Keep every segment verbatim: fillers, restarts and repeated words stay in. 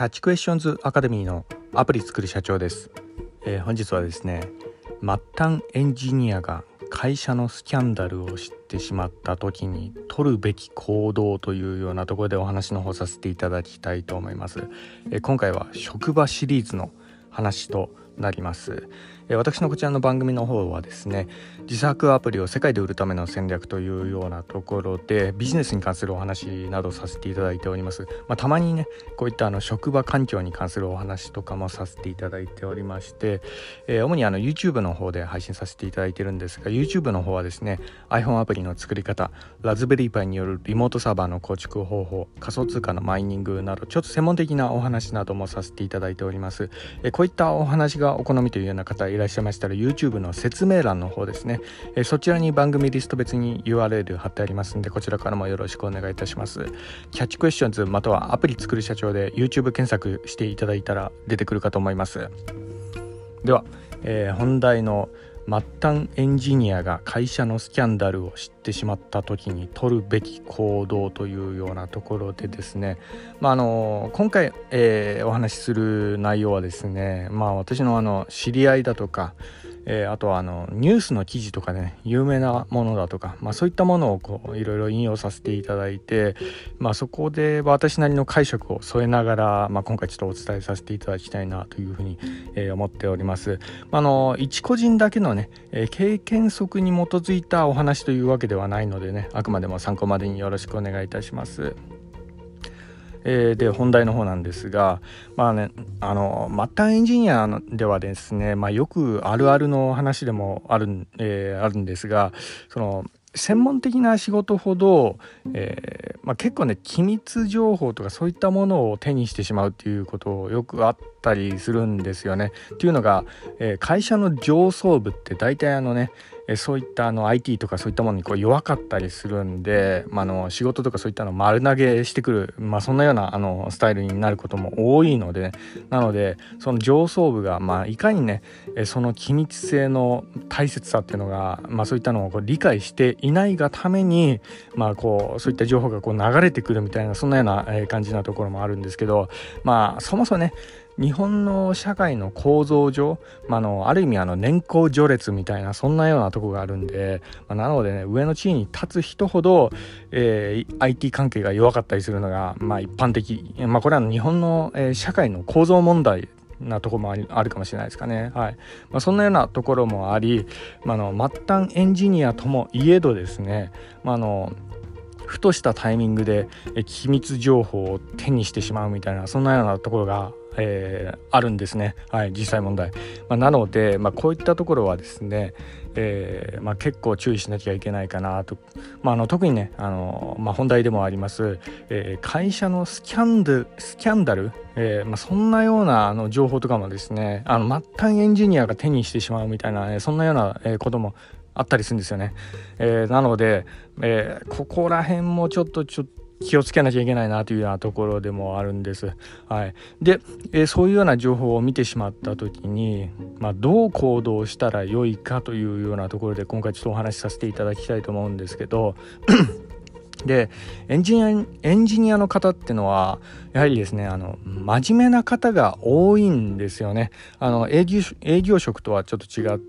キャッチクエスチョンズアカデミーのアプリ作る社長です。えー、本日はですね、末端エンジニアが会社のスキャンダルを知ってしまった時に取るべき行動というようなところでお話の方させていただきたいと思います。えー、今回は職場シリーズの話となります。えー、私のこちらの番組の方はですね、自作アプリを世界で売るための戦略というようなところでビジネスに関するお話などさせていただいております。まあ、たまにねこういったあの職場環境に関するお話とかもさせていただいておりまして、えー、主にあの YouTube の方で配信させていただいているんですが、 YouTube の方はですね iPhone アプリの作り方、ラズベリーパイによるリモートサーバーの構築方法、仮想通貨のマイニングなどちょっと専門的なお話などもさせていただいております。えー、こういったお話がお好みというような方いらっしゃいましたら YouTube の説明欄の方ですね、えー、そちらに番組リスト別に ユーアールエル 貼ってありますので、こちらからもよろしくお願いいたします。キャッチクエスチョンズまたはアプリ作る社長で YouTube 検索していただいたら出てくるかと思います。では、えー、本題の末端エンジニアが会社のスキャンダルを知ってしまった時に取るべき行動というようなところでですね、まあ、あの今回、えー、お話しする内容はですね、まあ、私のあの知り合いだとか、えー、あとはあのニュースの記事とかね、有名なものだとか、まあ、そういったものをこういろいろ引用させていただいて、まあ、そこで私なりの解釈を添えながら、まあ、今回ちょっとお伝えさせていただきたいなというふうに、えー、思っております。あの一個人だけのね、えー、経験則に基づいたお話というわけではないのでね、あくまでも参考までによろしくお願いいたします。えー、で本題の方なんですが、まあね、あの末端エンジニアではですね、まあ、よくあるあるの話でもある、えー、あるんですが、その専門的な仕事ほど、えーまあ、結構ね機密情報とかそういったものを手にしてしまうっていうことよくあったりするんですよね。っていうのが、えー、会社の上層部って大体あのね、えー、そういったあの アイティー とかそういったものにこう弱かったりするんで、まあ、あの仕事とかそういったの丸投げしてくる、まあ、そんなようなあのスタイルになることも多いので、ね、なのでその上層部が、まあ、いかにね、えー、その機密性の大切さっていうのが、まあ、そういったのをこう理解していないがために、まあ、こうそういった情報がこう流れてくるみたいな、そんなような感じなところもあるんですけど、まあそもそもね日本の社会の構造上、まあ、あのある意味あの年功序列みたいなそんなようなところがあるんで、まあ、なのでね上の地位に立つ人ほど、えー、アイティー 関係が弱かったりするのが、まあ、一般的、まあ、これは日本の、えー、社会の構造問題なところもあ る, あるかもしれないですかね。はい。まあ、そんなようなところもあり、まあ、あの末端エンジニアともいえどですね、まあ、あのふとしたタイミングで機密情報を手にしてしまうみたいな、そんなようなところが、えー、あるんですね。はい、実際問題。まあ、なので、まあ、こういったところはですね、えーまあ、結構注意しなきゃいけないかなと。まあ、あの特にね、あの、まあ、本題でもあります、えー、会社のスキャンダル、スキャンダル、えーまあ、そんなようなあの情報とかもですね、あの末端エンジニアが手にしてしまうみたいな、ね、そんなような、えー、こともあったりするんですよね。えー、なので、えー、ここら辺もちょっとちょっと気をつけなきゃいけないなというようなところでもあるんです。はい。で、えー、そういうような情報を見てしまった時に、まあ、どう行動したらよいかというようなところで今回ちょっとお話しさせていただきたいと思うんですけどでエンジニア、エンジニアの方ってのはやはりですね、あの真面目な方が多いんですよね。あの営業、営業職とはちょっと違って、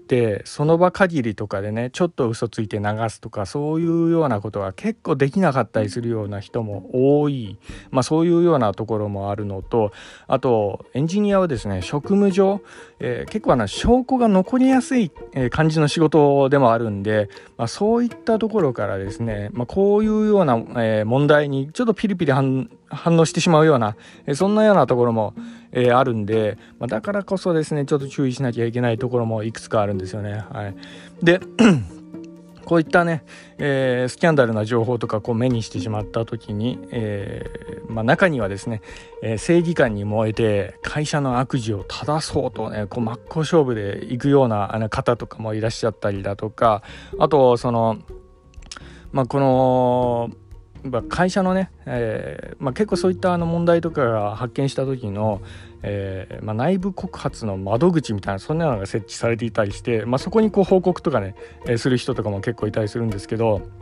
その場限りとかでねちょっと嘘ついて流すとか、そういうようなことが結構できなかったりするような人も多い、まあ、そういうようなところもあるのと、あとエンジニアはですね職務上、えー、結構あの証拠が残りやすい感じの仕事でもあるんで、まあ、そういったところからですね、まあ、こういうような、えー、問題にちょっとピリピリ反反応してしまうような、えー、そんなようなところも、えー、あるんで、まあ、だからこそですねちょっと注意しなきゃいけないところもいくつかあるんですよね。はい。でこういったね、えー、スキャンダルな情報とかこう目にしてしまった時に、えーまあ、中にはですね、えー、正義感に燃えて会社の悪事を正そうとねこう真っ向勝負で行くようなあの方とかもいらっしゃったりだとか、あとそのまあこの会社のね、えーまあ、結構そういったあの問題とかが発見した時の、えーまあ、内部告発の窓口みたいなそんなのが設置されていたりして、まあ、そこにこう報告とかね、えー、する人とかも結構いたりするんですけど、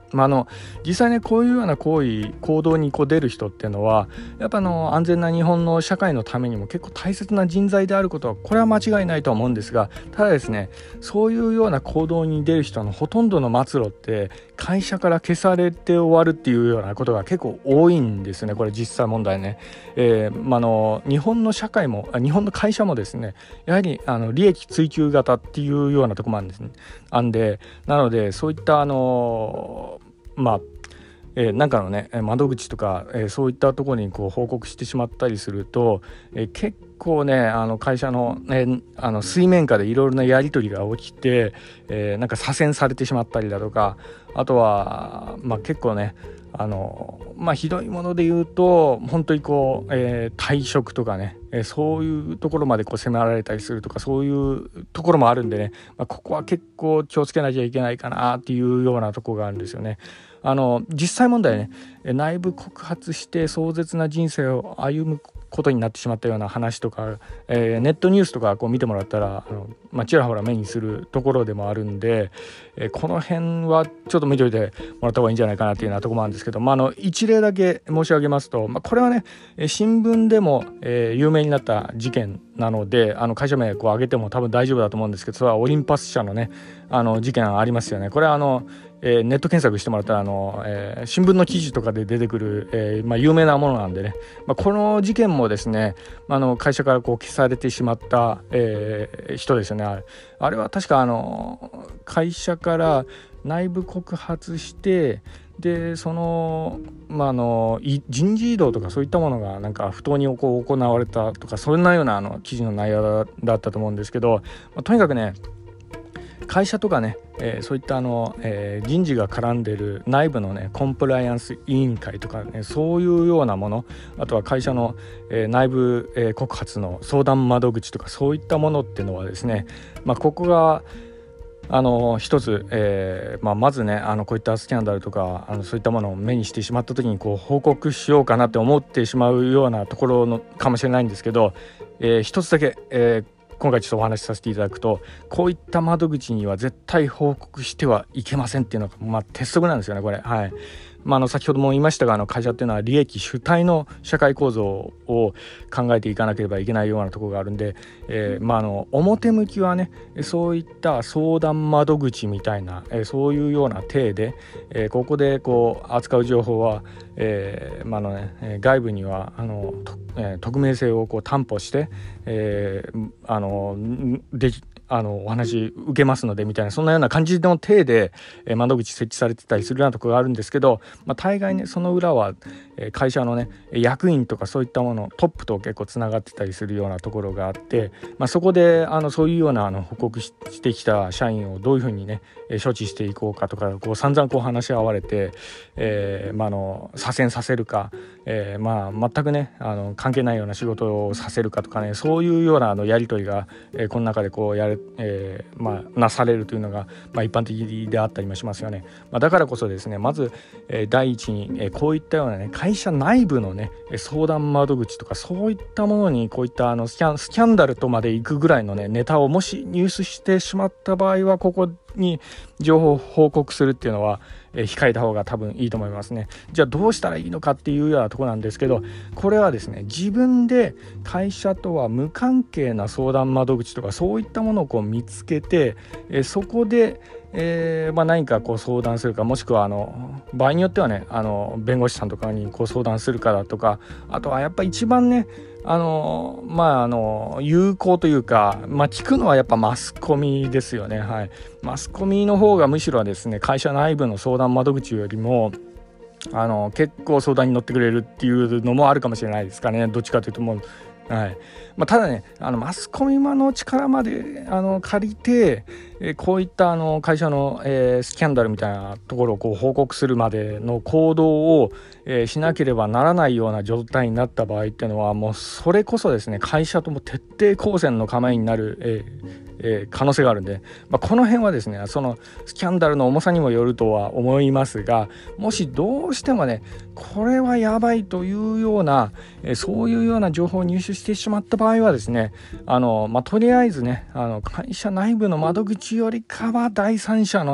まあ、あの実際ねこういうような行為行動にこう出る人っていうのはやっぱあの安全な日本の社会のためにも結構大切な人材であることはこれは間違いないとは思うんですが、ただですねそういうような行動に出る人のほとんどの末路って会社から消されて終わるっていうようなことが結構多いんですね。これ実際問題ね、えーまあ、の日本の社会も日本の会社もですねやはりあの利益追求型っていうようなところもあるんですね。あんでなのでそういったあのまあえー、なんかのね窓口とか、えー、そういったところにこう報告してしまったりすると、えー、結構ねあの会社の、ね、あの水面下でいろいろなやり取りが起きて、えー、なんか左遷されてしまったりだとか、あとは、まあ、結構ねあのまあひどいもので言うと本当にこう、えー、退職とかね、えー、そういうところまでこう迫られたりするとかそういうところもあるんでね、まあ、ここは結構気をつけなきゃいけないかなっていうようなところがあるんですよね。あの実際問題ね内部告発して壮絶な人生を歩むことになってしまったような話とか、えー、ネットニュースとかこう見てもらったらあの、まあ、ちらほら目にするところでもあるんで、えー、この辺はちょっと見ておいてもらった方がいいんじゃないかなっていうようなところもあるんですけど、まあ、あの一例だけ申し上げますと、まあ、これはね新聞でも、えー、有名になった事件なのであの会社名こう上げても多分大丈夫だと思うんですけど、それはオリンパス社のねあの事件ありますよね。これはあのえー、ネット検索してもらったらあの、えー、新聞の記事とかで出てくる、えーまあ、有名なものなんでね、まあ、この事件もですね、まあ、あの会社からこう消されてしまった、えー、人ですよね。あれ、あれは確かあの会社から内部告発してでその、まあ、あの人事異動とかそういったものがなんか不当にこう行われたとかそんなようなあの記事の内容 だ, だったと思うんですけど、まあ、とにかくね会社とかね、えー、そういったあの、えー、人事が絡んでる内部のねコンプライアンス委員会とかねそういうようなもの、あとは会社の、えー、内部、えー、告発の相談窓口とかそういったものっていうのはですね、まあ、ここがあの一つ、えーまあ、まずねあのこういったスキャンダルとかあのそういったものを目にしてしまった時にこう報告しようかなって思ってしまうようなところのかもしれないんですけど、えー、一つだけ、えー今回ちょっとお話しさせていただくと、こういった窓口には絶対報告してはいけませんっていうのが、まあ、鉄則なんですよねこれ。はい。まあ、あの先ほども言いましたがあの会社っていうのは利益主体の社会構造を考えていかなければいけないようなところがあるんで、えーまあ、あの表向きはねそういった相談窓口みたいな、えー、そういうような体で、えー、ここでこう扱う情報は、えーまあのね、外部にはあの、えー、匿名性をこう担保して、えー、あのできあのお話受けますのでみたいなそんなような感じの体で、えー、窓口設置されてたりするようなところがあるんですけど、まあ、大概ねその裏は、えー、会社のね役員とかそういったものトップと結構つながってたりするようなところがあって、まあ、そこであのそういうようなあの報告してきた社員をどういうふうにね処置していこうかとかこう散々こう話し合われて、えーまあ、あの左遷させるか、えーまあ、全くねあの関係ないような仕事をさせるかとかねそういうようなあのやり取りが、えー、この中でこうやるえーまあ、なされるというのが、まあ、一般的であったりもしますよね。まあ、だからこそですねまず、えー、第一に、えー、こういったようなね会社内部のね相談窓口とかそういったものにこういったあのスキャン、スキャンダルとまで行くぐらいのねネタをもし入手してしまった場合はここに情報を報告するっていうのは、えー、控えた方が多分いいと思いますね。じゃあどうしたらいいのかっていうようなところなんですけど、これはですね自分で会社とは無関係な相談窓口とかそういったものをこう見つけて、えー、そこで、えーまあ、何かこう相談するか、もしくはあの場合によってはねあの弁護士さんとかにこう相談するかだとか、あとはやっぱ一番ねあのまああの有効というか、まあ、聞くのはやっぱマスコミですよね。はい、マスコミの方がむしろですね会社内部の相談窓口よりもあの結構相談に乗ってくれるっていうのもあるかもしれないですかね。どっちかというともうはいまあ、ただねあのマスコミの力まであの借りて、えー、こういったあの会社の、えー、スキャンダルみたいなところをこう報告するまでの行動を、えー、しなければならないような状態になった場合っていうのはもうそれこそですね会社とも徹底抗戦の構えになる、えーえー、可能性があるんで、まあ、この辺はですねそのスキャンダルの重さにもよるとは思いますが、もしどうしてもねこれはやばいというような、えー、そういうような情報を入手してしまった場合はですねあの、まあ、とりあえずねあの会社内部の窓口よりかは第三者のね全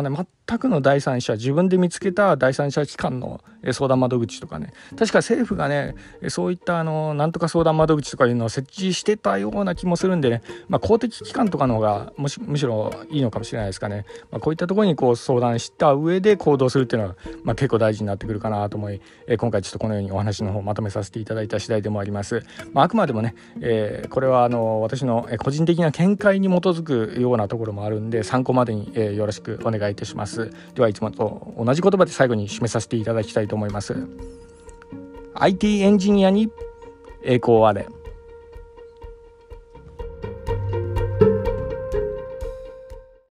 全くの第三者、自分で見つけた第三者機関の相談窓口とかね、確か政府がねそういったあのなんとか相談窓口とかいうのを設置してたような気もするんでね、まあ、公的機関とかの方がむしむしろいいのかもしれないですかね。まあ、こういったところにこう相談した上で行動するっていうのは、まあ、結構大事になってくるかなと思い、えー、今回ちょっとこのようにお話の方をまとめさせていただいた次第でもあります。まあ、あくまでもね、えー、これはあの私の個人的な見解に基づくようなところもあるんで、参考までに、えー、よろしくお願いいたします。ではいつもと同じ言葉で最後に締めさせていただきたいと思います。アイティー エンジニアに栄光あれ。